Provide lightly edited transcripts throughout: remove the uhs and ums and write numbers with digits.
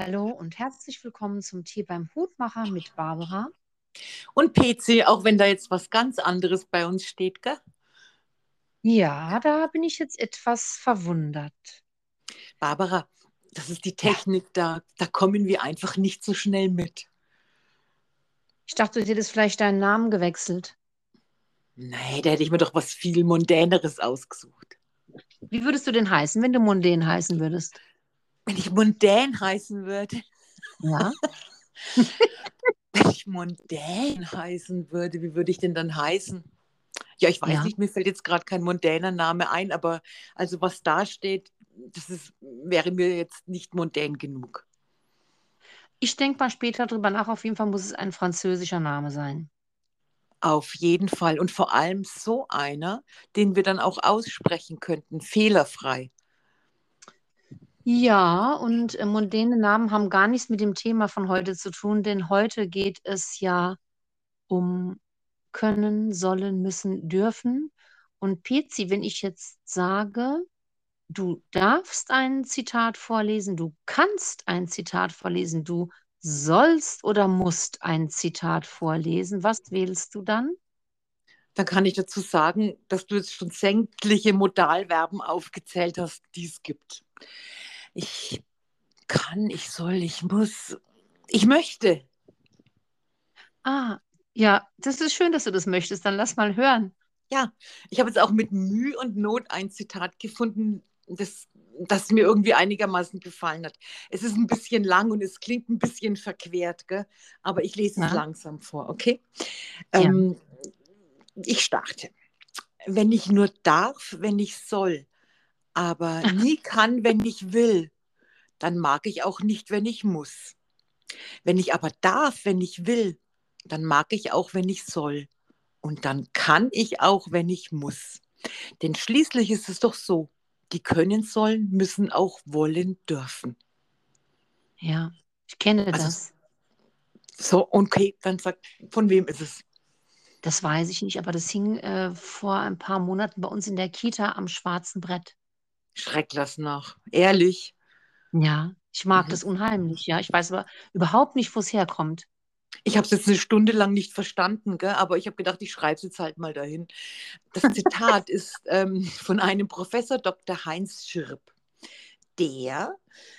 Hallo und herzlich willkommen zum Tee beim Hutmacher mit Barbara. Und PC, auch wenn da jetzt was ganz anderes bei uns steht, gell? Ja, da bin ich jetzt etwas verwundert. Barbara, das ist die Ja, Technik, da kommen wir einfach nicht so schnell mit. ich dachte, du hättest vielleicht deinen Namen gewechselt. Nee, da hätte ich mir doch was viel Mondäneres ausgesucht. Wie würdest du denn heißen, wenn du Mondän heißen würdest? Wenn ich mondän heißen würde, Ja. wenn ich mondän heißen würde, wie würde ich denn dann heißen? Ja, ich weiß Ja. nicht, mir fällt jetzt gerade kein mondäner Name ein, aber also was da steht, wäre mir jetzt nicht mondän genug. Ich denke mal später drüber nach. Auf jeden Fall muss es ein französischer Name sein. Auf jeden Fall. Und vor allem so einer, den wir dann auch aussprechen könnten, fehlerfrei. Ja, und mondäne Namen haben gar nichts mit dem Thema von heute zu tun, denn heute geht es ja um können, sollen, müssen, dürfen. Und Pezi, wenn ich jetzt sage, du darfst ein Zitat vorlesen, du kannst ein Zitat vorlesen, du sollst oder musst ein Zitat vorlesen. Was wählst du dann? Dann kann ich dazu sagen, dass du jetzt schon sämtliche Modalverben aufgezählt hast, die es gibt. Ich kann, ich soll, ich muss, ich möchte. Ah, ja, das ist schön, dass du das möchtest. Dann lass mal hören. Ja, ich habe jetzt auch mit Mühe und Not ein Zitat gefunden, das mir irgendwie einigermaßen gefallen hat. Es ist ein bisschen lang und es klingt ein bisschen verquert, gell? Aber ich lese es Ja, langsam vor, okay? ja. Ähm, ich starte. Wenn ich nur darf, wenn ich soll, aber nie kann, wenn ich will, dann mag ich auch nicht, wenn ich muss. Wenn ich aber darf, wenn ich will, dann mag ich auch, wenn ich soll. Und dann kann ich auch, wenn ich muss. Denn schließlich ist es doch so, die können sollen, müssen auch wollen dürfen. Ja, ich kenne Also das. so, okay, dann sag, von wem ist es? Das weiß ich nicht, aber das hing vor ein paar Monaten bei uns in der Kita am schwarzen Brett. Schreck das nach. Ehrlich. Ja, ich mag Mhm. das unheimlich, ja. Ich weiß aber überhaupt nicht, wo es herkommt. Ich habe es jetzt eine Stunde lang nicht verstanden, gell? Aber ich habe gedacht, ich schreibe es jetzt halt mal dahin. Das Zitat ist von einem Professor Dr. Heinz Schirp, der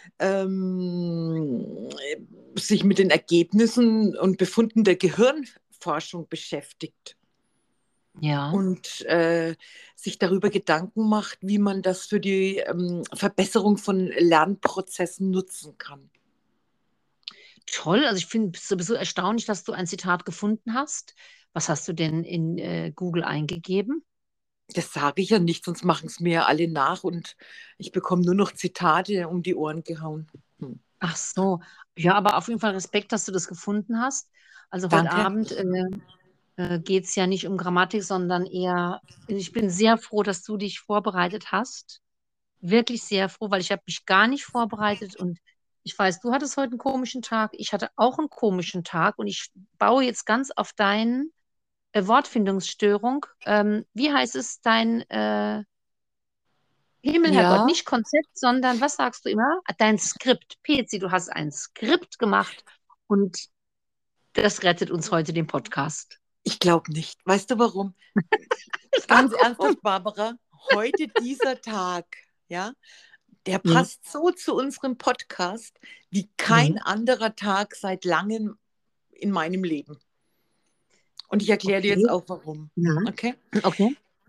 ähm, sich mit den Ergebnissen und Befunden der Gehirnforschung beschäftigt Ja, und sich darüber Gedanken macht, wie man das für die Verbesserung von Lernprozessen nutzen kann. toll. Also ich finde es sowieso erstaunlich, dass du ein Zitat gefunden hast. Was hast du denn in Google eingegeben? Das sage ich ja nicht, sonst machen es mir ja alle nach und ich bekomme nur noch Zitate um die Ohren gehauen. Hm. Ach so. Ja, aber auf jeden Fall Respekt, dass du das gefunden hast. Also heute Danke. Abend geht es ja nicht um Grammatik, sondern eher, ich bin sehr froh, dass du dich vorbereitet hast. Wirklich sehr froh, weil ich habe mich gar nicht vorbereitet und ich weiß, du hattest heute einen komischen Tag. Ich hatte auch einen komischen Tag und ich baue jetzt ganz auf deinen Wortfindungsstörung. Wie heißt es dein Himmel, Herrgott, Ja, nicht Konzept, sondern was sagst du immer? Dein Skript. Pezi, du hast ein Skript gemacht und das rettet uns heute den Podcast. ich glaube nicht. Weißt du warum? Ganz Warum? ernsthaft, Barbara, heute dieser Tag, ja, der Ja. passt so zu unserem Podcast wie kein Mhm. anderer Tag seit langem in meinem Leben. Und ich erkläre dir jetzt Okay. auch warum. Ja. Okay? Okay.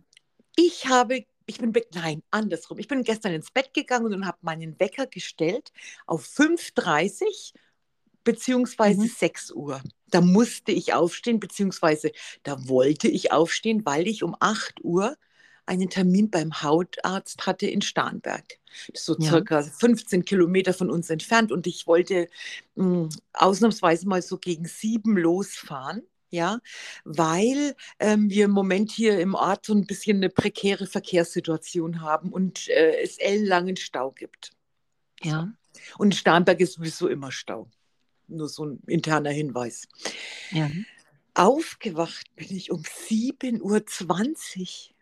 Nein, andersrum. Ich bin gestern ins Bett gegangen und habe meinen Wecker gestellt auf 5:30 beziehungsweise Mhm. 6 Uhr. Da musste ich aufstehen, beziehungsweise da wollte ich aufstehen, weil ich um 8 Uhr einen Termin beim Hautarzt hatte in Starnberg. Das ist so Ja. circa 15 Kilometer von uns entfernt und ich wollte ausnahmsweise mal so gegen 7 losfahren. Ja, weil wir im Moment hier im Ort so ein bisschen eine prekäre Verkehrssituation haben und es ellenlangen Stau gibt. So. Ja. Und in Starnberg ist sowieso immer Stau. Nur so ein interner Hinweis. Ja. Aufgewacht bin ich um 7:20 Uhr.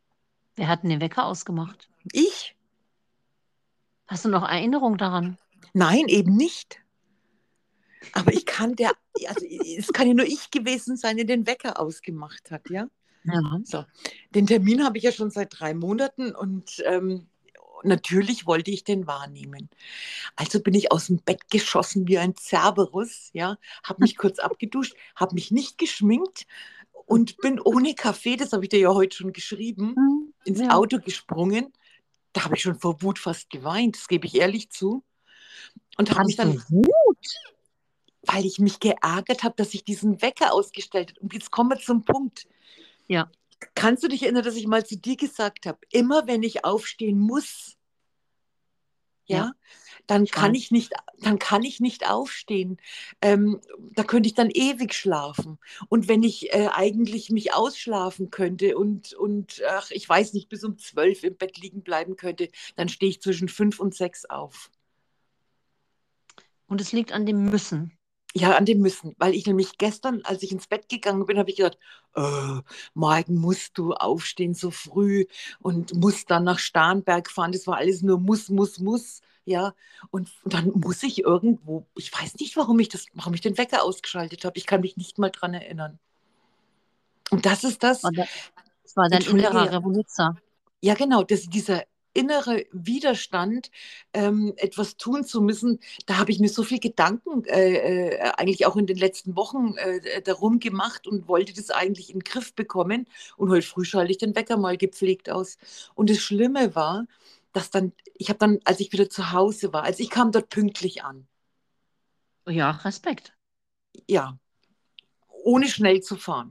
Wer hat denn den Wecker ausgemacht? Ich? Hast du noch Erinnerung daran? Nein, eben nicht. Aber also es kann ja nur ich gewesen sein, der den Wecker ausgemacht hat, ja? Ja. So, den Termin habe ich ja schon seit 3 Monaten und natürlich wollte ich den wahrnehmen. Also bin ich aus dem Bett geschossen wie ein Cerberus, ja, habe mich kurz abgeduscht, habe mich nicht geschminkt und bin ohne Kaffee, das habe ich dir ja heute schon geschrieben, Mhm. ins Ja. Auto gesprungen. Da habe ich schon vor Wut fast geweint, das gebe ich ehrlich zu. Und habe mich Hattest dann, du Wut? weil ich mich geärgert habe, dass ich diesen Wecker ausgestellt habe. Und jetzt kommen wir zum Punkt. Ja, Kannst du dich erinnern, dass ich mal zu dir gesagt habe, immer wenn ich aufstehen muss, ja, ja, dann ich kann weiß. ich nicht, dann kann ich nicht aufstehen. Da könnte ich dann ewig schlafen. Und wenn ich eigentlich mich ausschlafen könnte und ach, ich weiß nicht, bis um 12 im Bett liegen bleiben könnte, dann stehe ich zwischen 5 und 6 auf. Und es liegt an dem Müssen. Ja, an dem Müssen, weil ich nämlich gestern, als ich ins Bett gegangen bin, habe ich gedacht, morgen musst du aufstehen so früh und musst dann nach Starnberg fahren. Das war alles nur muss, ja. Und dann muss ich irgendwo, ich weiß nicht, warum ich den Wecker ausgeschaltet habe. Ich kann mich nicht mal dran erinnern. Und das ist das, Und das war dein entschuldige, innerer ja, Revoluzer. ja, genau, dieser innere Widerstand, etwas tun zu müssen, da habe ich mir so viel Gedanken eigentlich auch in den letzten Wochen darum gemacht und wollte das eigentlich in den Griff bekommen. Und heute früh schalte ich den Wecker mal gepflegt aus. Und das Schlimme war, dass dann, ich habe dann, als ich wieder zu Hause war, also ich kam dort pünktlich an, Ja, Respekt. ja, ohne schnell zu fahren.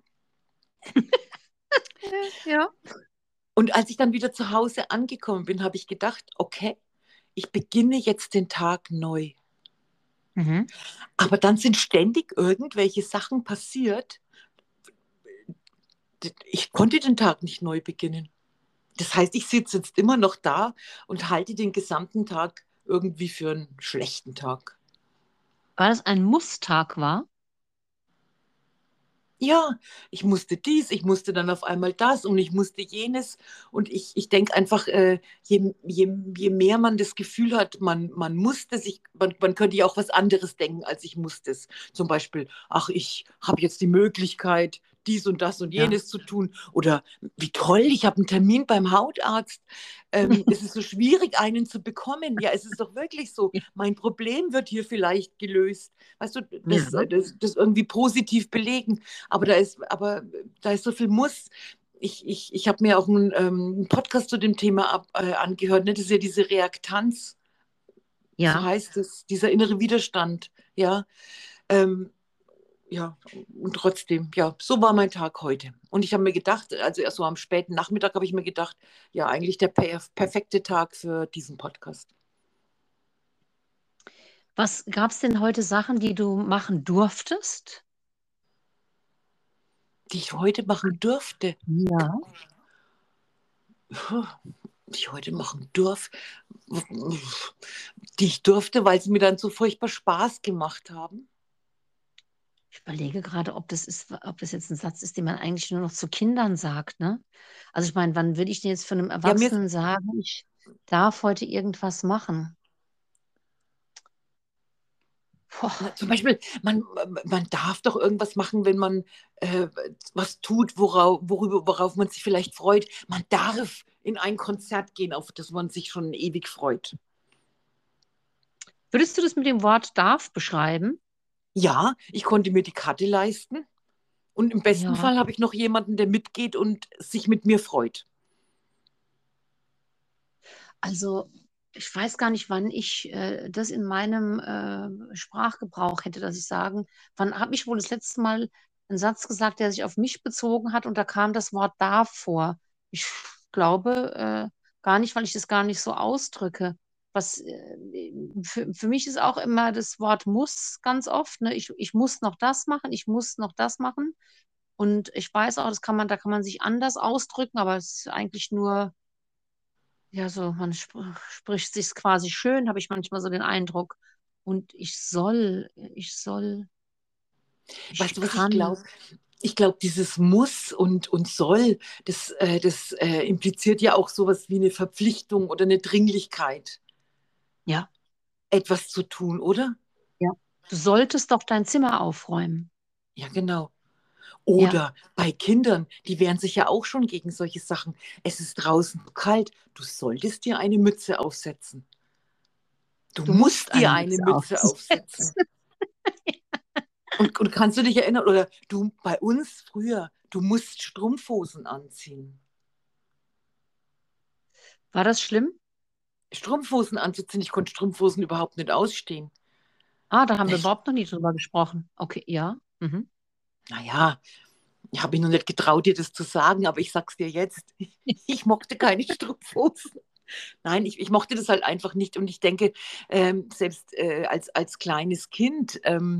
Ja. Und als ich dann wieder zu Hause angekommen bin, habe ich gedacht, okay, ich beginne jetzt den Tag neu. Mhm. Aber dann sind ständig irgendwelche Sachen passiert. Ich konnte den Tag nicht neu beginnen. Das heißt, ich sitze jetzt immer noch da und halte den gesamten Tag irgendwie für einen schlechten Tag. Weil es ein Musstag war. Ja, ich musste dies, ich musste dann auf einmal das und ich musste jenes. Und ich denke einfach, je mehr man das Gefühl hat, man muss das, man könnte ja auch was anderes denken, als ich muss das. Zum Beispiel, ach, ich habe jetzt die Möglichkeit, dies und das und Ja. jenes zu tun. Oder wie toll, ich habe einen Termin beim Hautarzt. Es ist so schwierig, einen zu bekommen. Ja, es ist doch wirklich so. Mein Problem wird hier vielleicht gelöst. Weißt du, Ja. das irgendwie positiv belegen. Aber da ist so viel Muss. Ich habe mir auch einen Podcast zu dem Thema angehört. Ne? Das ist ja diese Reaktanz, so Ja. heißt es, dieser innere Widerstand. Ja, ähm, ja, und trotzdem, ja, so war mein Tag heute. Und ich habe mir gedacht, also erst so am späten Nachmittag habe ich mir gedacht, ja, eigentlich der perfekte Tag für diesen Podcast, Was gab es denn heute Sachen, die du machen durftest? die ich heute machen dürfte. Ja. Puh, die ich heute machen durfte, die ich durfte, weil sie mir dann so furchtbar Spaß gemacht haben. Ich überlege gerade, ob das jetzt ein Satz ist, den man eigentlich nur noch zu Kindern sagt, ne? Also ich meine, wann würde ich denn jetzt von einem Ja, Erwachsenen sagen, ich darf heute irgendwas machen? Boah, zum Beispiel, man darf doch irgendwas machen, wenn man äh, was tut, worauf man sich vielleicht freut. Man darf in ein Konzert gehen, auf das man sich schon ewig freut. würdest du das mit dem Wort darf beschreiben? Ja, ich konnte mir die Karte leisten und im besten Ja, Fall habe ich noch jemanden, der mitgeht und sich mit mir freut. also ich weiß gar nicht, wann ich das in meinem Sprachgebrauch hätte, dass ich sagen, wann habe ich wohl das letzte Mal einen Satz gesagt, der sich auf mich bezogen hat und da kam das Wort darf vor. Ich glaube gar nicht, weil ich das gar nicht so ausdrücke. Was für mich ist auch immer das Wort muss ganz oft, ne? Ich muss noch das machen, ich muss noch das machen. Und ich weiß auch, da kann man sich anders ausdrücken, aber es ist eigentlich nur ja, so, man spricht sich quasi schön, habe ich manchmal so den Eindruck. Und Weißt ich du, was ich glaube? kann. Ich glaube, dieses muss und soll, das impliziert ja auch sowas wie eine Verpflichtung oder eine Dringlichkeit. Ja, etwas zu tun, oder? Ja. Du solltest doch dein Zimmer aufräumen. Ja, genau. Ja. Oder bei Kindern, die wehren sich ja auch schon gegen solche Sachen. Es ist draußen kalt, du solltest dir eine Mütze aufsetzen. Du Du musst musst dir eine eine Mütze Mütze aufsetzen. aufsetzen. Und kannst du dich erinnern, oder du bei uns früher, du musst Strumpfhosen anziehen. War das schlimm? Strumpfhosen anzuziehen, ich konnte Strumpfhosen überhaupt nicht ausstehen. Ah, da haben wir Ich, überhaupt noch nie drüber gesprochen. Okay, ja. Mhm. naja, ich habe mich noch nicht getraut, dir das zu sagen, aber ich sag's dir jetzt. Ich mochte keine Strumpfhosen. Nein, ich mochte das halt einfach nicht. Und ich denke, selbst als kleines Kind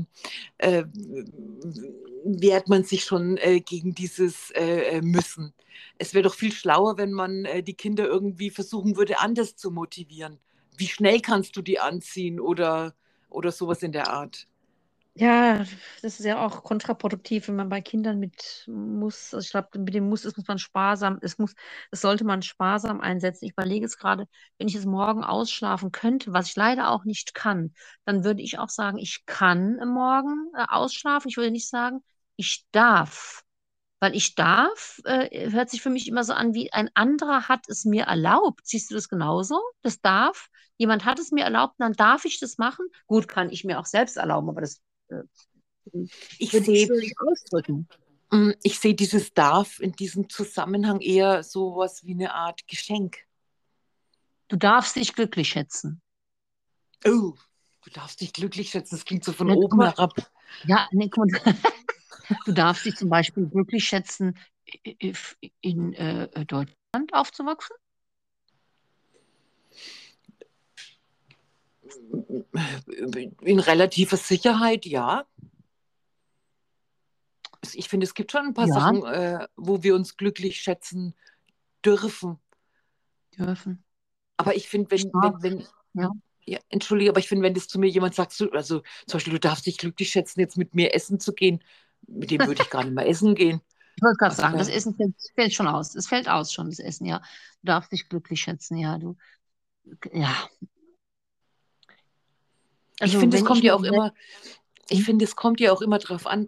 wehrt man sich schon gegen dieses Müssen. Es wäre doch viel schlauer, wenn man die Kinder irgendwie versuchen würde, anders zu motivieren. Wie schnell kannst du die anziehen oder sowas in der Art? Ja, das ist ja auch kontraproduktiv, wenn man bei Kindern mit muss, also ich glaube, mit dem muss man sparsam, es sollte man sparsam einsetzen. Ich überlege es gerade, wenn ich es morgen ausschlafen könnte, was ich leider auch nicht kann, dann würde ich auch sagen, ich kann morgen ausschlafen. Ich würde nicht sagen, ich darf. Weil ich darf, hört sich für mich immer so an, wie ein anderer hat es mir erlaubt. Siehst du das genauso? Das darf. Jemand hat es mir erlaubt, dann darf ich das machen. Gut, kann ich mir auch selbst erlauben, aber das äh, Ich würde ich sehe so nicht ausdrücken. ich sehe dieses Darf in diesem Zusammenhang eher sowas wie eine Art Geschenk. Du darfst dich glücklich schätzen. Oh, du darfst dich glücklich schätzen. Das klingt so von Ne, guck oben mal, herab. ja, ne, guck mal, du darfst dich zum Beispiel glücklich schätzen, in Deutschland aufzuwachsen. In relativer Sicherheit, ja. Ich finde, es gibt schon ein paar Ja, Sachen, wo wir uns glücklich schätzen dürfen. dürfen. Aber ich finde, Stark. Ja. ja, entschuldige, aber ich finde, wenn das zu mir jemand sagt, so, also zum Beispiel, du darfst dich glücklich schätzen, jetzt mit mir essen zu gehen, mit dem würde ich gar nicht mehr essen gehen. Ich wollte gerade Also sagen, das da, Essen fällt schon aus. Es fällt aus schon, das Essen, ja. Du darfst dich glücklich schätzen, ja. Ja. ich Also finde, es wenn ich kommt ja mir auch immer, ich hm? finde, es kommt ja auch immer darauf an,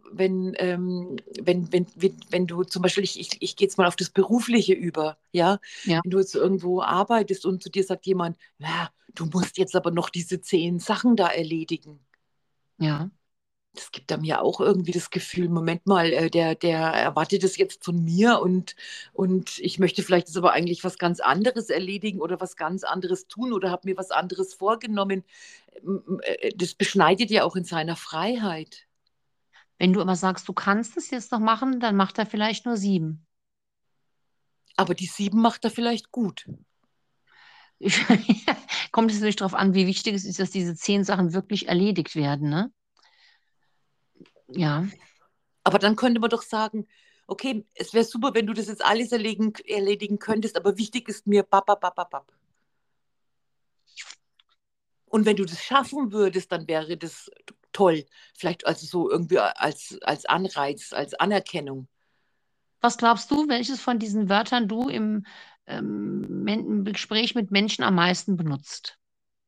wenn du zum Beispiel, ich gehe jetzt mal auf das Berufliche über, ja, Ja, wenn du jetzt irgendwo arbeitest und zu dir sagt jemand, ja, du musst jetzt aber noch diese 10 Sachen da erledigen. ja. Das gibt dann ja auch irgendwie das Gefühl, Moment mal, der erwartet das jetzt von mir und ich möchte vielleicht jetzt aber eigentlich was ganz anderes erledigen oder was ganz anderes tun oder habe mir was anderes vorgenommen. Das beschneidet ja auch in seiner Freiheit. Wenn du aber sagst, du kannst es jetzt noch machen, dann macht er vielleicht nur 7. Aber die 7 macht er vielleicht gut. Ich, kommt es natürlich darauf an, wie wichtig es ist, dass diese 10 Sachen wirklich erledigt werden, ne? Ja. Aber dann könnte man doch sagen, okay, es wäre super, wenn du das jetzt alles erledigen könntest, aber wichtig ist mir, bap, bap, bap, bap, bap. Und wenn du das schaffen würdest, dann wäre das toll. Vielleicht also so irgendwie als Anreiz, als Anerkennung. Was glaubst du, welches von diesen Wörtern du im Gespräch mit Menschen am meisten benutzt?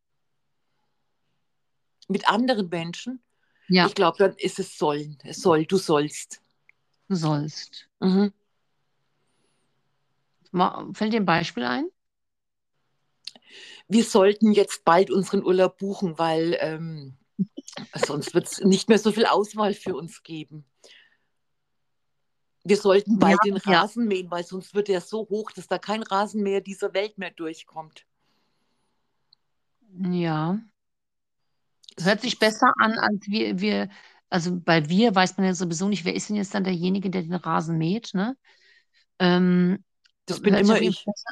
Mit anderen Menschen, Ja, ich glaube, dann ist es sollen. Es soll, du sollst. du sollst. Mhm. Fällt dir ein Beispiel ein? Wir sollten jetzt bald unseren Urlaub buchen, weil sonst wird es nicht mehr so viel Auswahl für uns geben. Wir sollten Ja, bald den ja, Rasen mähen, weil sonst wird er so hoch, dass da kein Rasenmäher dieser Welt mehr durchkommt. ja. Hört sich besser an, als also bei wir weiß man ja sowieso nicht, wer ist denn jetzt dann derjenige, der den Rasen mäht, ne? Das bin Hört sich immer auf jeden Fall ich. besser.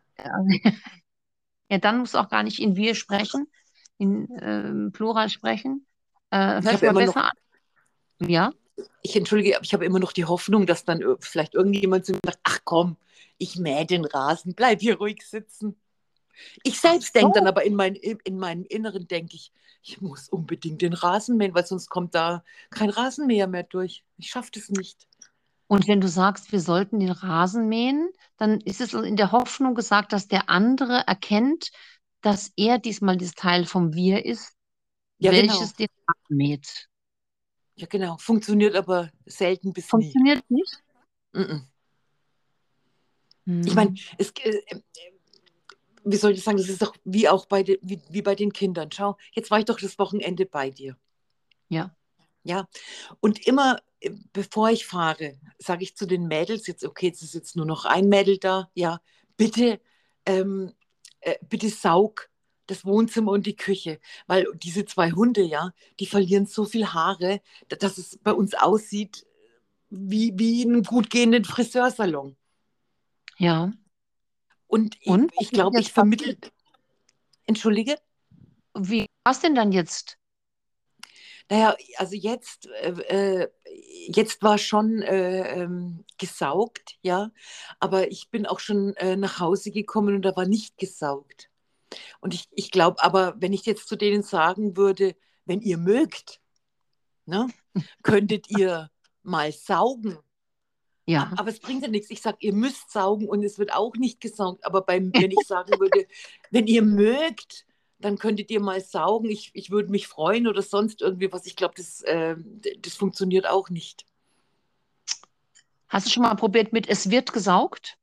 Ja, dann musst du auch gar nicht in wir sprechen, in Plural sprechen. Ich Hört sich habe mal immer noch besser an. Ja. ich entschuldige, aber ich habe immer noch die Hoffnung, dass dann vielleicht irgendjemand zu mir sagt, ach komm, ich mähe den Rasen, bleib hier ruhig sitzen. Ich Ach selbst denke dann so. aber in meinem Inneren, denke ich muss unbedingt den Rasen mähen, weil sonst kommt da kein Rasenmäher mehr durch. Ich schaffe das nicht. Und wenn du sagst, wir sollten den Rasen mähen, dann ist es in der Hoffnung gesagt, dass der andere erkennt, dass er diesmal das Teil vom Wir ist, Ja, genau. welches den Rahmen mäht. Ja, genau. Funktioniert aber selten bis nie. Funktioniert nicht? Mhm. Ich meine, Hm. wie soll ich sagen, das ist doch wie auch wie bei den Kindern. Schau, jetzt war ich doch das Wochenende bei dir. Ja. Ja, und immer bevor ich fahre, sage ich zu den Mädels, jetzt, okay, jetzt ist jetzt nur noch ein Mädel da, ja, bitte, bitte saug das Wohnzimmer und die Küche, weil diese zwei Hunde, ja, die verlieren so viel Haare, dass es bei uns aussieht wie in einem gut gehenden Friseursalon. Ja. Und Und was ich ist glaube, jetzt ich passiert? vermittle, entschuldige. Wie war es denn dann jetzt? Naja, also jetzt war schon gesaugt, ja, aber ich bin auch schon nach Hause gekommen und da war nicht gesaugt. Und ich glaube aber, wenn ich jetzt zu denen sagen würde, wenn ihr mögt, ne, könntet ihr mal saugen. Ja. Aber es bringt ja nichts. Ich sage, ihr müsst saugen und es wird auch nicht gesaugt. Aber wenn ich sagen würde, wenn ihr mögt, dann könntet ihr mal saugen. Ich würde mich freuen oder sonst irgendwie was. Ich glaube, das funktioniert auch nicht. Hast du schon mal probiert mit Es wird gesaugt?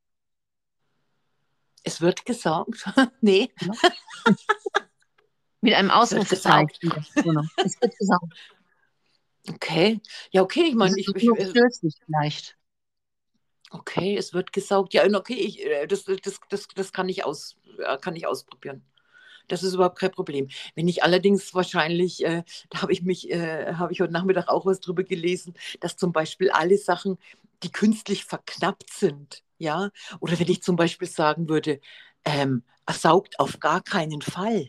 Es wird gesaugt. Nee, Ja. Mit einem es wird gesaugt. Ausrufezeichen. Nur noch. Es wird gesaugt. Okay. Ja, okay. Ich Das meine, ist nur flüssig vielleicht. okay, es wird gesaugt. Ja, und okay, das kann ich ausprobieren. Das ist überhaupt kein Problem. Wenn ich allerdings wahrscheinlich, da habe ich heute Nachmittag auch was drüber gelesen, dass zum Beispiel alle Sachen, die künstlich verknappt sind, ja, oder wenn ich zum Beispiel sagen würde, saugt auf gar keinen Fall,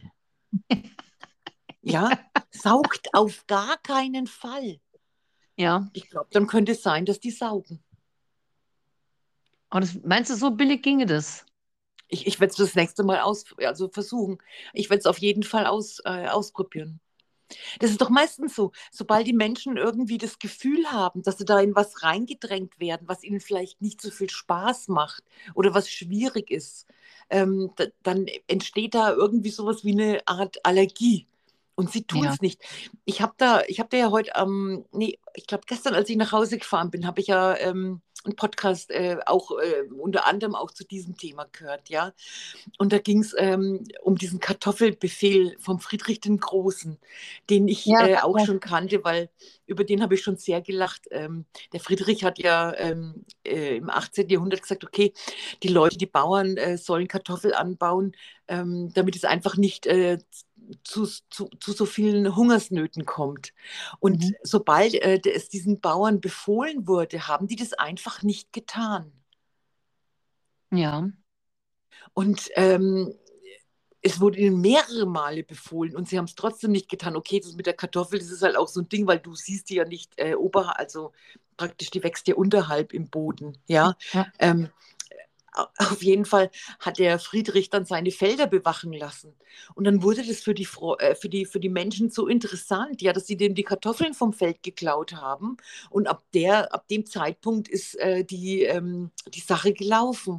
ja, saugt auf gar keinen Fall. Ja. Ich glaube, dann könnte es sein, dass die saugen. Aber meinst du, so billig ginge das? Ich werde es das nächste Mal also versuchen. Ich werde es auf jeden Fall ausprobieren. Das ist doch meistens so, sobald die Menschen irgendwie das Gefühl haben, dass sie da in was reingedrängt werden, was ihnen vielleicht nicht so viel Spaß macht oder was schwierig ist, dann entsteht da irgendwie sowas wie eine Art Allergie. Und sie tun Ja. es nicht. Ich hab da ja heute, nee, ich glaube gestern, als ich nach Hause gefahren bin, habe ich ja einen Podcast auch unter anderem auch zu diesem Thema gehört, ja. Und da ging es um diesen Kartoffelbefehl vom Friedrich den Großen, den ich Ja, das auch hat schon kannte, weil über den habe ich schon sehr gelacht. Der Friedrich hat ja im 18. Jahrhundert gesagt, okay, die Leute, die Bauern sollen Kartoffel anbauen, damit es einfach nicht zu so vielen Hungersnöten kommt. Und mhm. sobald es diesen Bauern befohlen wurde, haben die das einfach nicht getan. Ja. Und es wurde ihnen mehrere Male befohlen und sie haben es trotzdem nicht getan. Okay, das mit der Kartoffel, das ist halt auch so ein Ding, weil du siehst die ja nicht also praktisch, die wächst ja unterhalb im Boden, ja. Ja. Ähm, auf jeden Fall hat der Friedrich dann seine Felder bewachen lassen. Und dann wurde das für die Menschen so interessant, ja, dass sie dem die Kartoffeln vom Feld geklaut haben. Und ab dem Zeitpunkt ist die Sache gelaufen.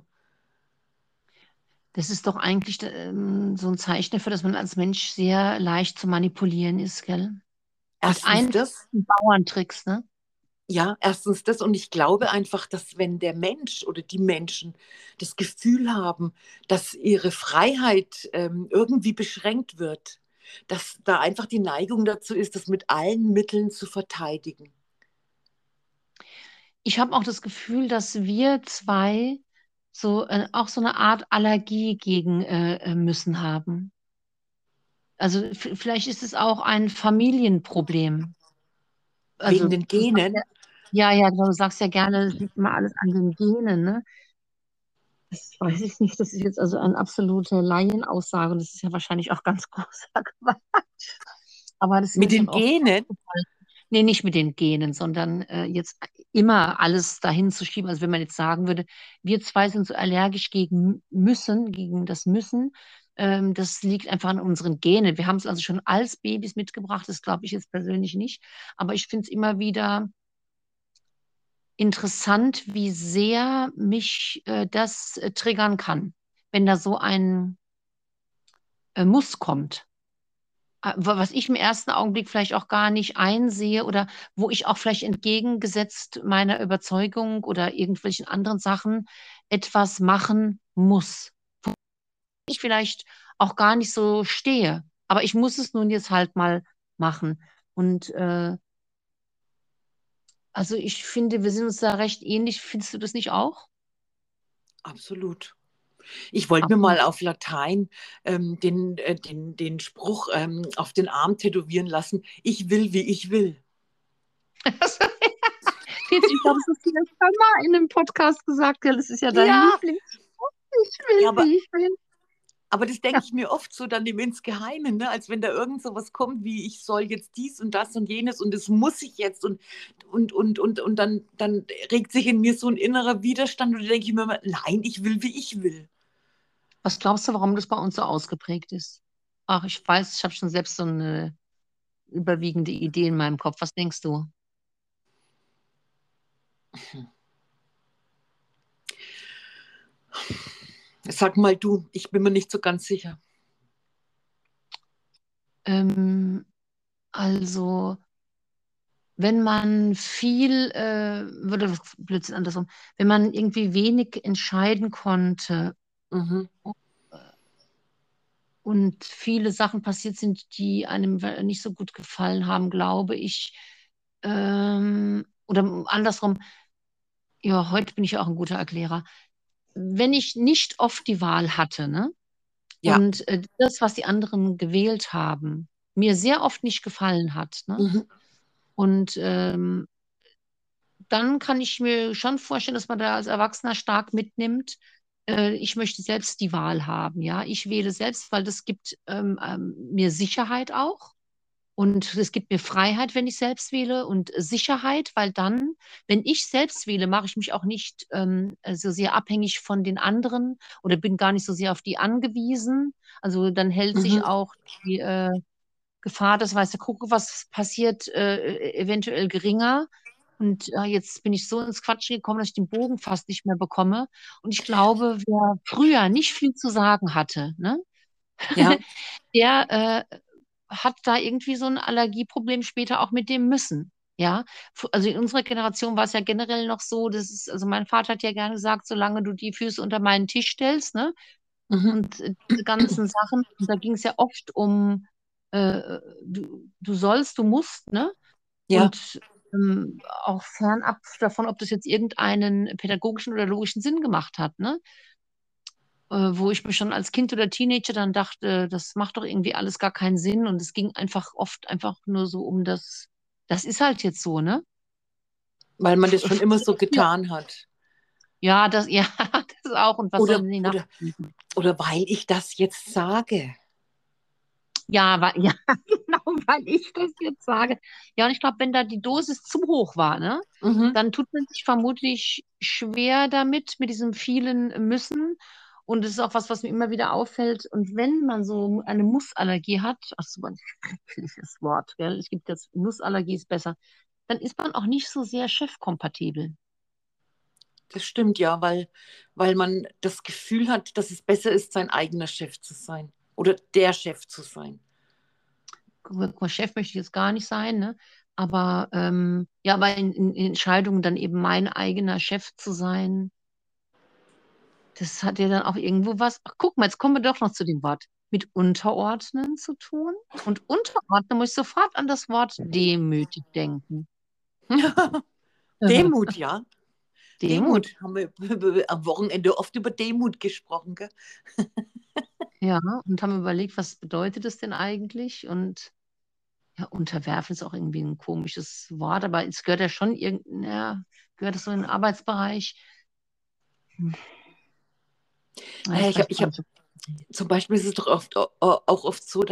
Das ist doch eigentlich so ein Zeichen dafür, dass man als Mensch sehr leicht zu manipulieren ist, gell? Mit Erstens einfachen das. Bauerntricks, ne? Ja, erstens das. Und ich glaube einfach, dass wenn der Mensch oder die Menschen das Gefühl haben, dass ihre Freiheit irgendwie beschränkt wird, dass da einfach die Neigung dazu ist, das mit allen Mitteln zu verteidigen. Ich habe auch das Gefühl, dass wir zwei so auch so eine Art Allergie gegen Müssen haben. Also vielleicht ist es auch ein Familienproblem. Wegen Also den du sagst Genen. ja, genau, du sagst ja gerne, es liegt immer alles an den Genen, ne? Das weiß ich nicht. Das ist jetzt also eine absolute Laienaussage und das ist ja wahrscheinlich auch ganz großer Quatsch. Aber das ist mir Mit schon den oft Genen? aufgefallen. Nee, nicht mit den Genen, sondern jetzt immer alles dahin zu schieben. Also wenn man jetzt sagen würde, wir zwei sind so allergisch gegen müssen, gegen das Müssen, das liegt einfach an unseren Genen. Wir haben es also schon als Babys mitgebracht, das glaube ich jetzt persönlich nicht. Aber ich finde es immer wieder interessant, wie sehr mich das triggern kann, wenn da so ein Muss kommt. Was ich im ersten Augenblick vielleicht auch gar nicht einsehe oder wo ich auch vielleicht entgegengesetzt meiner Überzeugung oder irgendwelchen anderen Sachen etwas machen muss. Wo ich vielleicht auch gar nicht so stehe. Aber ich muss es nun jetzt halt mal machen. Und also ich finde, wir sind uns da recht ähnlich. Findest du das nicht auch? Absolut. Ich wollte mir mal Absolut. auf Latein den Spruch auf den Arm tätowieren lassen. Ich will, wie ich will. Petri, ich glaube, das hast du ja schon mal in einem Podcast gesagt, gell? Das ist ja dein Ja, Lieblingsspruch. Ich will, ja, aber, wie ich will. aber das denke Ja, ich mir oft so dann im Insgeheimen, ne? Als wenn da irgend so was kommt, wie ich soll jetzt dies und das und jenes und das muss ich jetzt und dann regt sich in mir so ein innerer Widerstand und da denke ich mir immer, nein, ich will, wie ich will. was glaubst du, warum das bei uns so ausgeprägt ist? Ach, ich weiß, ich habe schon selbst so eine überwiegende Idee in meinem Kopf. Was denkst du? Sag mal du, ich bin mir nicht so ganz sicher. Ähm, also, wenn man viel, würde Blödsinn andersrum, wenn man irgendwie wenig entscheiden konnte Mhm. und viele Sachen passiert sind, die einem nicht so gut gefallen haben, glaube ich, oder andersrum, ja, heute bin ich ja auch ein guter Erklärer. Wenn ich nicht oft die Wahl hatte, ne? Ja. Und das, was die anderen gewählt haben, mir sehr oft nicht gefallen hat, ne? Mhm. Und dann kann ich mir schon vorstellen, dass man da als Erwachsener stark mitnimmt. Ich möchte selbst die Wahl haben, ja. Ich wähle selbst, weil das gibt mir Sicherheit auch. Und es gibt mir Freiheit, wenn ich selbst wähle und Sicherheit, weil dann, wenn ich selbst wähle, mache ich mich auch nicht so sehr abhängig von den anderen oder bin gar nicht so sehr auf die angewiesen. Also dann hält sich Mhm. auch die Gefahr, dass weißt du, gucke, was passiert, eventuell geringer. Und jetzt bin ich so ins Quatschen gekommen, dass ich den Bogen fast nicht mehr bekomme. Und ich glaube, wer früher nicht viel zu sagen hatte, ne, Ja. der hat da irgendwie so ein Allergieproblem später auch mit dem Müssen. Ja, also in unserer Generation war es ja generell noch so, das ist, also mein Vater hat ja gerne gesagt, solange du die Füße unter meinen Tisch stellst, ne? Mhm. Und diese ganzen Sachen, und da ging es ja oft um du sollst, du musst, ne? Ja. Und auch fernab davon, ob das jetzt irgendeinen pädagogischen oder logischen Sinn gemacht hat, ne? Wo ich mir schon als Kind oder Teenager dann dachte, das macht doch irgendwie alles gar keinen Sinn und es ging einfach oft einfach nur so um das ist halt jetzt so, ne? Weil man das schon immer so Früher, getan hat. ja, ja, das auch und was Oder, sollen die oder, nachdenken? oder weil ich das jetzt sage. Ja, genau, weil ich das jetzt sage. Ja, und ich glaube, wenn da die Dosis zu hoch war, ne, Mhm. dann tut man sich vermutlich schwer damit, mit diesem vielen Müssen. Und es ist auch was, was mir immer wieder auffällt. Und wenn man so eine Mussallergie hat, ach so ein schreckliches Wort, gell? Es gibt jetzt Nussallergie ist besser, dann ist man auch nicht so sehr chefkompatibel. Das stimmt ja, weil man das Gefühl hat, dass es besser ist, sein eigener Chef zu sein oder der Chef zu sein. Guck mal, Chef möchte ich jetzt gar nicht sein, ne? Aber ja, aber in Entscheidungen dann eben mein eigener Chef zu sein. Das hat ja dann auch irgendwo was. Ach, guck mal, jetzt kommen wir doch noch zu dem Wort mit Unterordnen zu tun. Und Unterordnen muss ich sofort an das Wort demütig denken. Demut, ja. Demut. Demut. Haben wir am Wochenende oft über Demut gesprochen, gell? Ja, und haben überlegt, was bedeutet es denn eigentlich? Und ja, unterwerfen ist auch irgendwie ein komisches Wort, aber es gehört ja schon irgendein, ja, gehört es so in den Arbeitsbereich. Hm, ja, Naja, ist vielleicht ich gar hab, nicht so. zum Beispiel ist es doch auch oft so,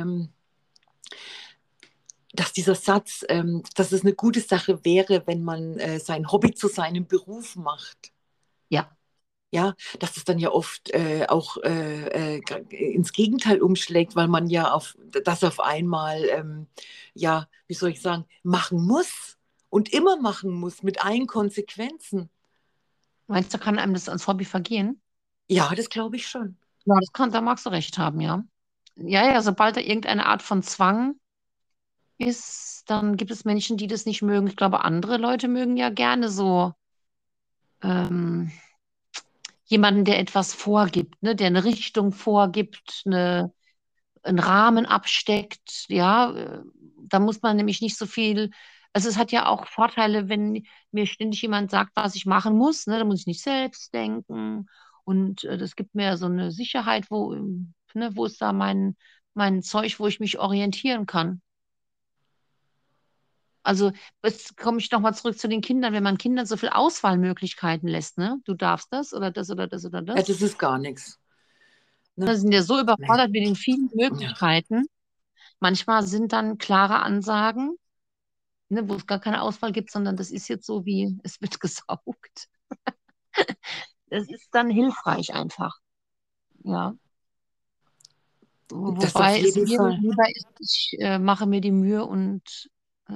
dass dieser Satz, dass es eine gute Sache wäre, wenn man sein Hobby zu seinem Beruf macht. Ja, Ja, dass es dann ja oft auch ins Gegenteil umschlägt, weil man ja das auf einmal, ja, wie soll ich sagen, machen muss und immer machen muss mit allen Konsequenzen. meinst du, kann einem das als Hobby vergehen? Ja, das glaube ich schon. Ja, da magst du recht haben, ja. ja, sobald da irgendeine Art von Zwang ist, dann gibt es Menschen, die das nicht mögen. Ich glaube, andere Leute mögen ja gerne so ähm, jemanden, der etwas vorgibt, ne? Der eine Richtung vorgibt, einen Rahmen absteckt. Ja, da muss man nämlich nicht so viel. Also es hat ja auch Vorteile, wenn mir ständig jemand sagt, was ich machen muss. Ne? Da muss ich nicht selbst denken. Und das gibt mir so eine Sicherheit, wo ist da mein Zeug, wo ich mich orientieren kann. Also jetzt komme ich nochmal zurück zu den Kindern. Wenn man Kindern so viel Auswahlmöglichkeiten lässt, ne? Du darfst das oder das oder das oder Ja, das. das ist gar nichts. Da Ne? sind ja so Nee. überfordert mit den vielen Ja. Möglichkeiten. Manchmal sind dann klare Ansagen, ne, wo es gar keine Auswahl gibt, sondern das ist jetzt so wie, es wird gesaugt. Das ist dann hilfreich einfach. Ja. Das auf Wobei es jeden mir Fall. lieber ist, ich mache mir die Mühe und äh,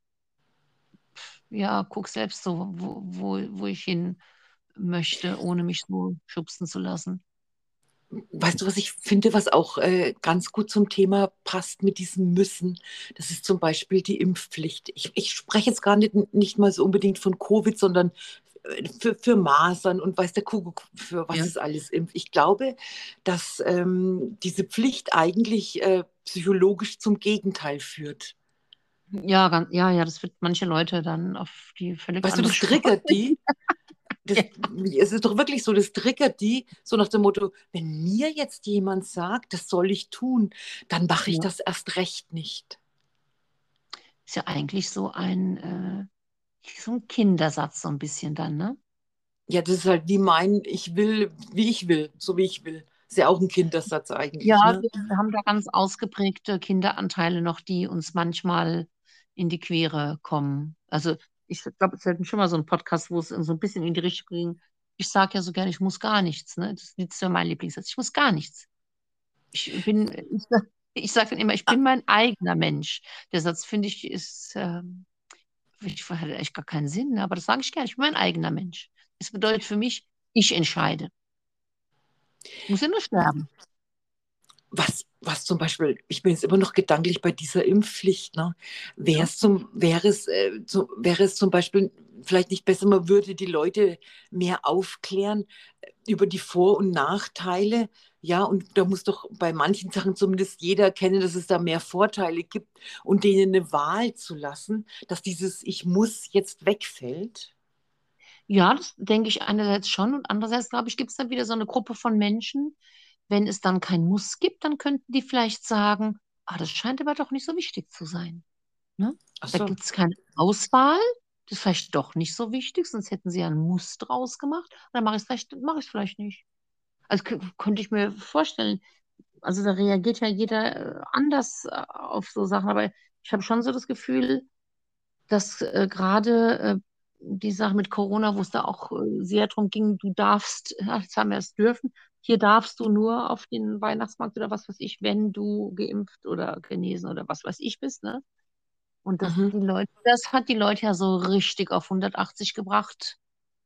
ja, guck selbst so, wo ich hin möchte, ohne mich so schubsen zu lassen. Weißt du, was ich finde, was auch ganz gut zum Thema passt mit diesem Müssen? Das ist zum Beispiel die Impfpflicht. Ich spreche jetzt gar nicht mal so unbedingt von Covid, sondern für Masern und weiß der Kuckuck, für was Ja, es alles impft. Ich glaube, dass diese Pflicht eigentlich psychologisch zum Gegenteil führt. ja, das wird manche Leute dann auf die völlig Weißt du, andere das Spur. triggert die. Ja, Es ist doch wirklich so, das triggert die, so nach dem Motto, wenn mir jetzt jemand sagt, das soll ich tun, dann mache ich ja. das erst recht nicht. Ist ja eigentlich so ein Kindersatz, so ein bisschen dann, ne? Ja, das ist halt wie mein, ich will, wie ich will, so wie ich will. Ist ja auch ein Kindersatz Ja, eigentlich, ne? wir haben da ganz ausgeprägte Kinderanteile noch, die uns manchmal in die Quere kommen. Also ich glaube, es hatten schon mal so einen Podcast, wo es so ein bisschen in die Richtung ging. Ich sage ja so gerne, ich muss gar nichts. Ne? Das ist ja mein Lieblingssatz. Ich muss gar nichts. Ich sage dann immer, ich Ah, bin mein eigener Mensch. Der Satz, finde ich, hat echt gar keinen Sinn, ne? Aber das sage ich gerne. Ich bin mein eigener Mensch. Es bedeutet für mich, ich entscheide. Ich muss ja nur sterben. was zum Beispiel, ich bin jetzt immer noch gedanklich bei dieser Impfpflicht, ne? Ja. Wäre es zum Beispiel vielleicht nicht besser, man würde die Leute mehr aufklären über die Vor- und Nachteile. Ja, und da muss doch bei manchen Sachen zumindest jeder erkennen, dass es da mehr Vorteile gibt und denen eine Wahl zu lassen, dass dieses Ich muss jetzt wegfällt. Ja, das denke ich einerseits schon und andererseits, glaube ich, gibt es dann wieder so eine Gruppe von Menschen, wenn es dann kein Muss gibt, dann könnten die vielleicht sagen, ah, das scheint aber doch nicht so wichtig zu sein. Ne? Ach Da so. gibt es keine Auswahl, das ist vielleicht doch nicht so wichtig, sonst hätten sie ja ein Muss draus gemacht. Und dann mache ich es vielleicht nicht. Also könnte ich mir vorstellen, also da reagiert ja jeder anders auf so Sachen, aber ich habe schon so das Gefühl, dass gerade die Sache mit Corona, wo es da auch sehr darum ging, du darfst, ja, jetzt haben wir es dürfen, hier darfst du nur auf den Weihnachtsmarkt oder was weiß ich, wenn du geimpft oder genesen oder was weiß ich bist, ne? Und Mhm. das hat die Leute ja so richtig auf 180 gebracht.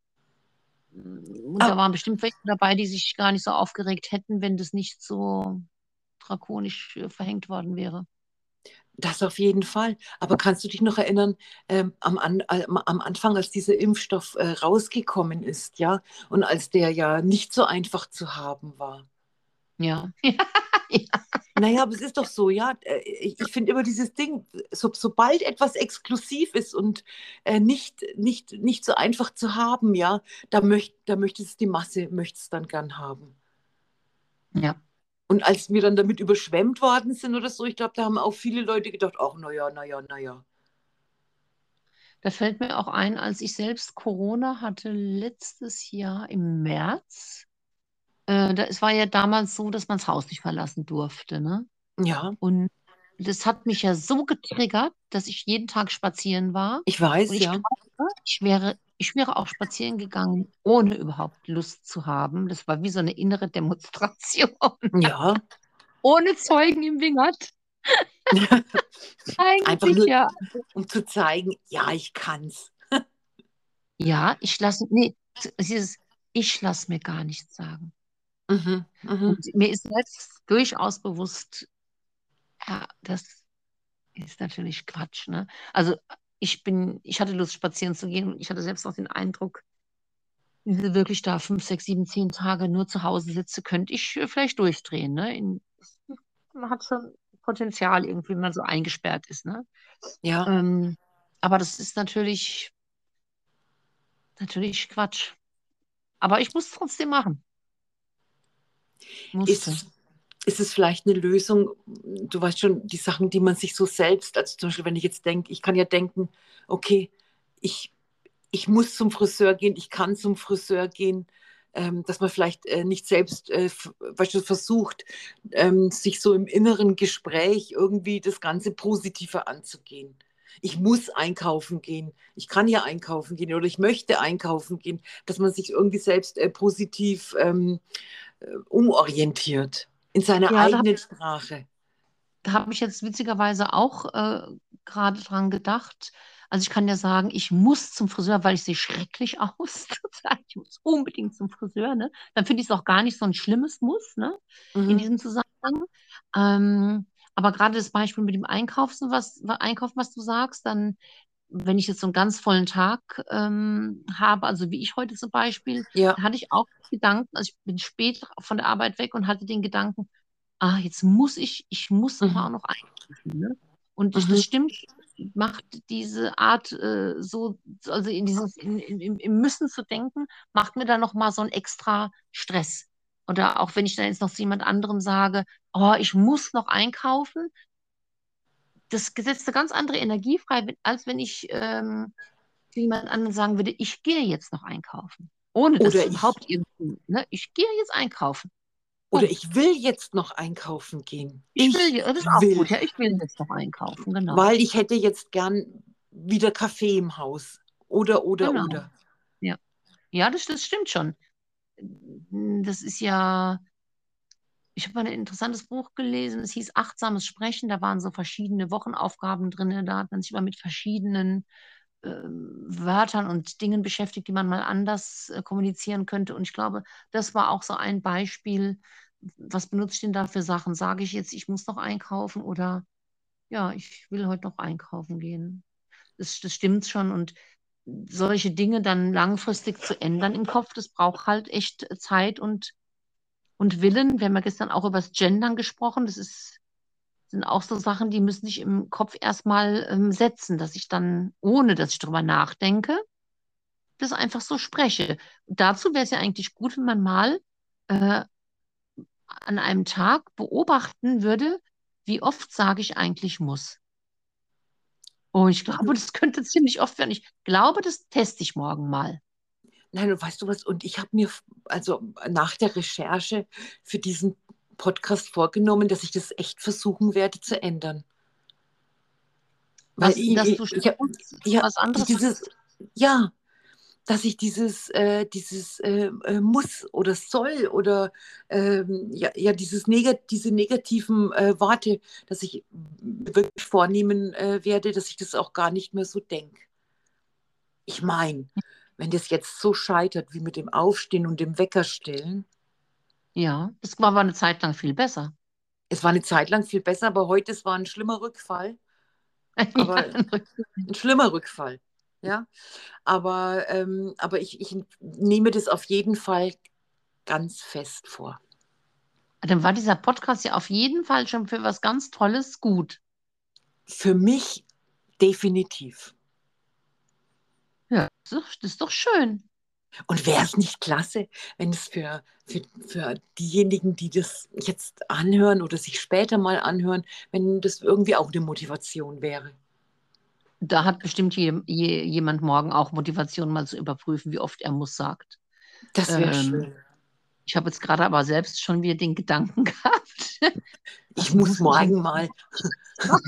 Und da Ah, waren bestimmt welche dabei, die sich gar nicht so aufgeregt hätten, wenn das nicht so drakonisch verhängt worden wäre. das auf jeden Fall. Aber kannst du dich noch erinnern, am Anfang, als dieser Impfstoff rausgekommen ist, ja, und als der ja nicht so einfach zu haben war? Ja. Naja, aber es ist doch so, ja. Ich finde immer dieses Ding, sobald etwas exklusiv ist und nicht so einfach zu haben, ja, da möchte es die Masse, möchte es dann gern haben. Ja. Und als wir dann damit überschwemmt worden sind oder so, ich glaube, da haben auch viele Leute gedacht, ach, naja, naja, naja. Da fällt mir auch ein, als ich selbst Corona hatte, letztes Jahr im März. Es war ja damals so, dass man das Haus nicht verlassen durfte, ne? Ja, Und das hat mich ja so getriggert, dass ich jeden Tag spazieren war. ich Und weiß, ich ja. glaube, ich wäre auch spazieren gegangen, ohne überhaupt Lust zu haben. Das war wie so eine innere Demonstration. Ja, Ohne Zeugen im Wingert. einfach Eigentlich nur, ja. um zu zeigen, ja, ich kann's. Ja, nee, ich lasse mir gar nichts sagen. Mhm. Mhm. Und mir ist jetzt durchaus bewusst, ja, das ist natürlich Quatsch, ne? Also ich hatte Lust, spazieren zu gehen und ich hatte selbst auch den Eindruck, wenn sie wirklich da 5, 6, 7, 10 Tage nur zu Hause sitze, könnte ich vielleicht durchdrehen, ne? Man hat schon Potenzial irgendwie, wenn man so eingesperrt ist, ne? Ja, Ähm, aber das ist natürlich Quatsch. Aber ich muss es trotzdem machen. ist Musste. es, ist es vielleicht eine Lösung? Du weißt schon, die Sachen, die man sich so selbst, also zum Beispiel, wenn ich jetzt denke, ich kann ja denken, okay, ich, ich muss zum Friseur gehen, ich kann zum Friseur gehen, dass man vielleicht nicht selbst weißt du, versucht, sich so im inneren Gespräch irgendwie das Ganze positiver anzugehen. Ich muss einkaufen gehen. Ich kann ja einkaufen gehen oder ich möchte einkaufen gehen, dass man sich irgendwie selbst positiv umorientiert in seiner Ja, eigenen Sprache. da habe ich jetzt witzigerweise auch gerade dran gedacht. Also ich kann ja sagen, ich muss zum Friseur, weil ich sehe schrecklich aus. zurzeit. Ich muss unbedingt zum Friseur, ne? Dann finde ich es auch gar nicht so ein schlimmes Muss, ne? In Mhm. diesem Zusammenhang. Aber gerade das Beispiel mit dem Einkaufen, was du sagst, dann, wenn ich jetzt so einen ganz vollen Tag habe, also wie ich heute zum Beispiel, Ja. da hatte ich auch Gedanken, also ich bin spät von der Arbeit weg und hatte den Gedanken, jetzt ich muss aber auch Mhm. noch einkaufen, ne? Und das Mhm. stimmt, macht diese Art also im Müssen zu denken, macht mir dann nochmal so einen extra Stress. Oder auch wenn ich dann jetzt noch zu jemand anderem sage, oh, ich muss noch einkaufen, das setzt eine ganz andere Energie frei, als wenn ich zu jemand anderem sagen würde, ich gehe jetzt noch einkaufen. Ohne das Oder ich, überhaupt irgendwie, ne? Ich gehe jetzt einkaufen. oder Punkt. ich will jetzt noch einkaufen gehen. Ich will, Ich das ist auch will, gut, ja, ich will jetzt noch einkaufen, genau. weil ich hätte jetzt gern wieder Kaffee im Haus. Oder, Genau. oder. Ja. Ja, das stimmt schon. Das ist ja, ich habe mal ein interessantes Buch gelesen, es hieß Achtsames Sprechen, da waren so verschiedene Wochenaufgaben drin, da hat man sich immer mit verschiedenen Wörtern und Dingen beschäftigt, die man mal anders kommunizieren könnte. Und ich glaube, das war auch so ein Beispiel. Was benutze ich denn da für Sachen? Sage ich jetzt, ich muss noch einkaufen oder ja, ich will heute noch einkaufen gehen? Das stimmt schon. Und solche Dinge dann langfristig zu ändern im Kopf, das braucht halt echt Zeit und Willen. Wir haben ja gestern auch über das Gendern gesprochen. Sind auch so Sachen, die müssen sich im Kopf erstmal setzen, dass ich dann, ohne dass ich drüber nachdenke, das einfach so spreche. Dazu wäre es ja eigentlich gut, wenn man mal äh, an einem Tag beobachten würde, wie oft sage ich eigentlich muss. Oh, ich glaube, das könnte ziemlich oft werden. Ich glaube, das teste ich morgen mal. Nein, und weißt du was? Und ich habe mir also nach der Recherche für diesen Podcast vorgenommen, dass ich das echt versuchen werde zu ändern. Weil Dass du ich hab, ja, was anderes dieses, sagst? ja, dass ich dieses muss oder soll oder ja diese negativen Worte, dass ich wirklich vornehmen werde, dass ich das auch gar nicht mehr so denke. Ich meine, wenn das jetzt so scheitert wie mit dem Aufstehen und dem Weckerstellen, Ja, das war aber eine Zeit lang viel besser. es war eine Zeit lang viel besser, aber heute es war ein schlimmer Rückfall, Ja, aber ein schlimmer Rückfall. Ja, aber ich nehme das auf jeden Fall ganz fest vor. dann war dieser Podcast ja auf jeden Fall schon für was ganz Tolles gut. Für mich definitiv. Ja, das ist doch schön. Und wäre es nicht klasse, wenn es für diejenigen, die das jetzt anhören oder sich später mal anhören, wenn das irgendwie auch eine Motivation wäre? Da hat bestimmt jemand morgen auch Motivation, mal zu überprüfen, wie oft er muss sagt. Das wäre Ähm, schön. Ich habe jetzt gerade aber selbst schon wieder den Gedanken gehabt, Ich was muss muss ich denn morgen mal sagen?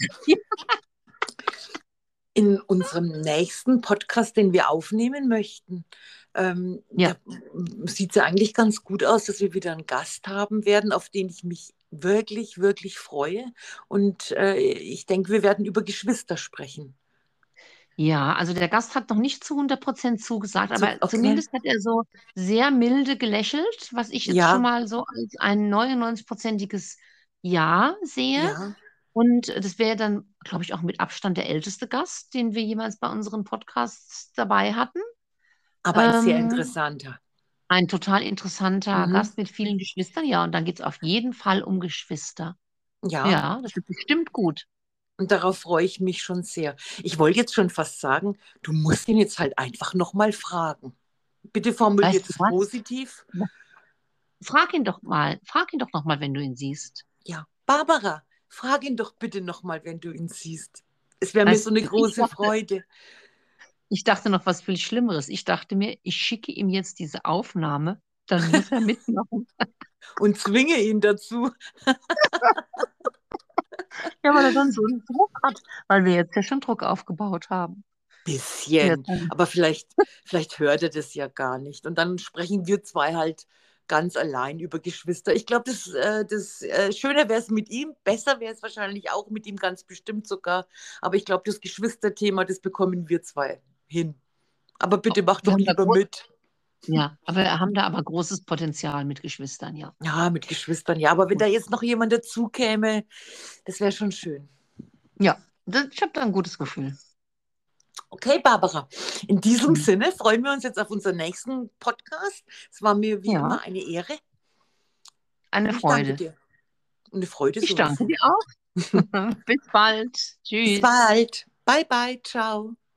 in unserem nächsten Podcast, den wir aufnehmen möchten, Ja, da sieht es ja eigentlich ganz gut aus, dass wir wieder einen Gast haben werden, auf den ich mich wirklich, wirklich freue. Und ich denke, wir werden über Geschwister sprechen. Ja, also der Gast hat noch nicht zu 100% zugesagt, aber Okay. zumindest hat er so sehr milde gelächelt, was ich jetzt schon Ja, mal so als ein 99%iges Ja sehe. ja. Und das wäre dann, glaube ich, auch mit Abstand der älteste Gast, den wir jemals bei unseren Podcasts dabei hatten. Aber ein sehr Ähm, interessanter. ein total interessanter Mhm. Gast mit vielen Geschwistern, ja, und dann geht es auf jeden Fall um Geschwister. Ja, Ja, das wird bestimmt gut. und darauf freue ich mich schon sehr. Ich wollte jetzt schon fast sagen, du musst ihn jetzt halt einfach nochmal fragen. Bitte formuliert Weißt du es was? positiv. Frag ihn doch noch mal, wenn du ihn siehst. Ja, Barbara, frag ihn doch bitte nochmal, wenn du ihn siehst. Es wäre mir so Weißt eine du, große Freude. ich dachte noch was viel Schlimmeres. Ich dachte mir, ich schicke ihm jetzt diese Aufnahme, dann muss er mitmachen. Und zwinge ihn dazu. Ja, weil er dann so einen Druck hat, weil wir jetzt ja schon Druck aufgebaut haben. Ja, Bisschen. dann, Aber vielleicht hört er das ja gar nicht. Und dann sprechen wir zwei halt ganz allein über Geschwister. Ich glaube, schöner wäre es mit ihm, besser wäre es wahrscheinlich auch mit ihm, ganz bestimmt sogar. Aber ich glaube, das Geschwisterthema, das bekommen wir zwei hin. Aber bitte mach wir doch haben da lieber mit. ja, aber wir haben da aber großes Potenzial mit Geschwistern, ja. Ja, mit Geschwistern, ja. Aber wenn da jetzt noch jemand dazu käme, das wäre schon schön. Ja, ich habe da ein gutes Gefühl. Okay, Barbara. In diesem Hm. Sinne freuen wir uns jetzt auf unseren nächsten Podcast. Es war mir wie Ja, immer eine Ehre eine und ich danke Freude. dir. Und eine Freude Ich danke sowieso. dir auch. Bis bald. Bis Tschüss. bald. Bye, bye. Ciao.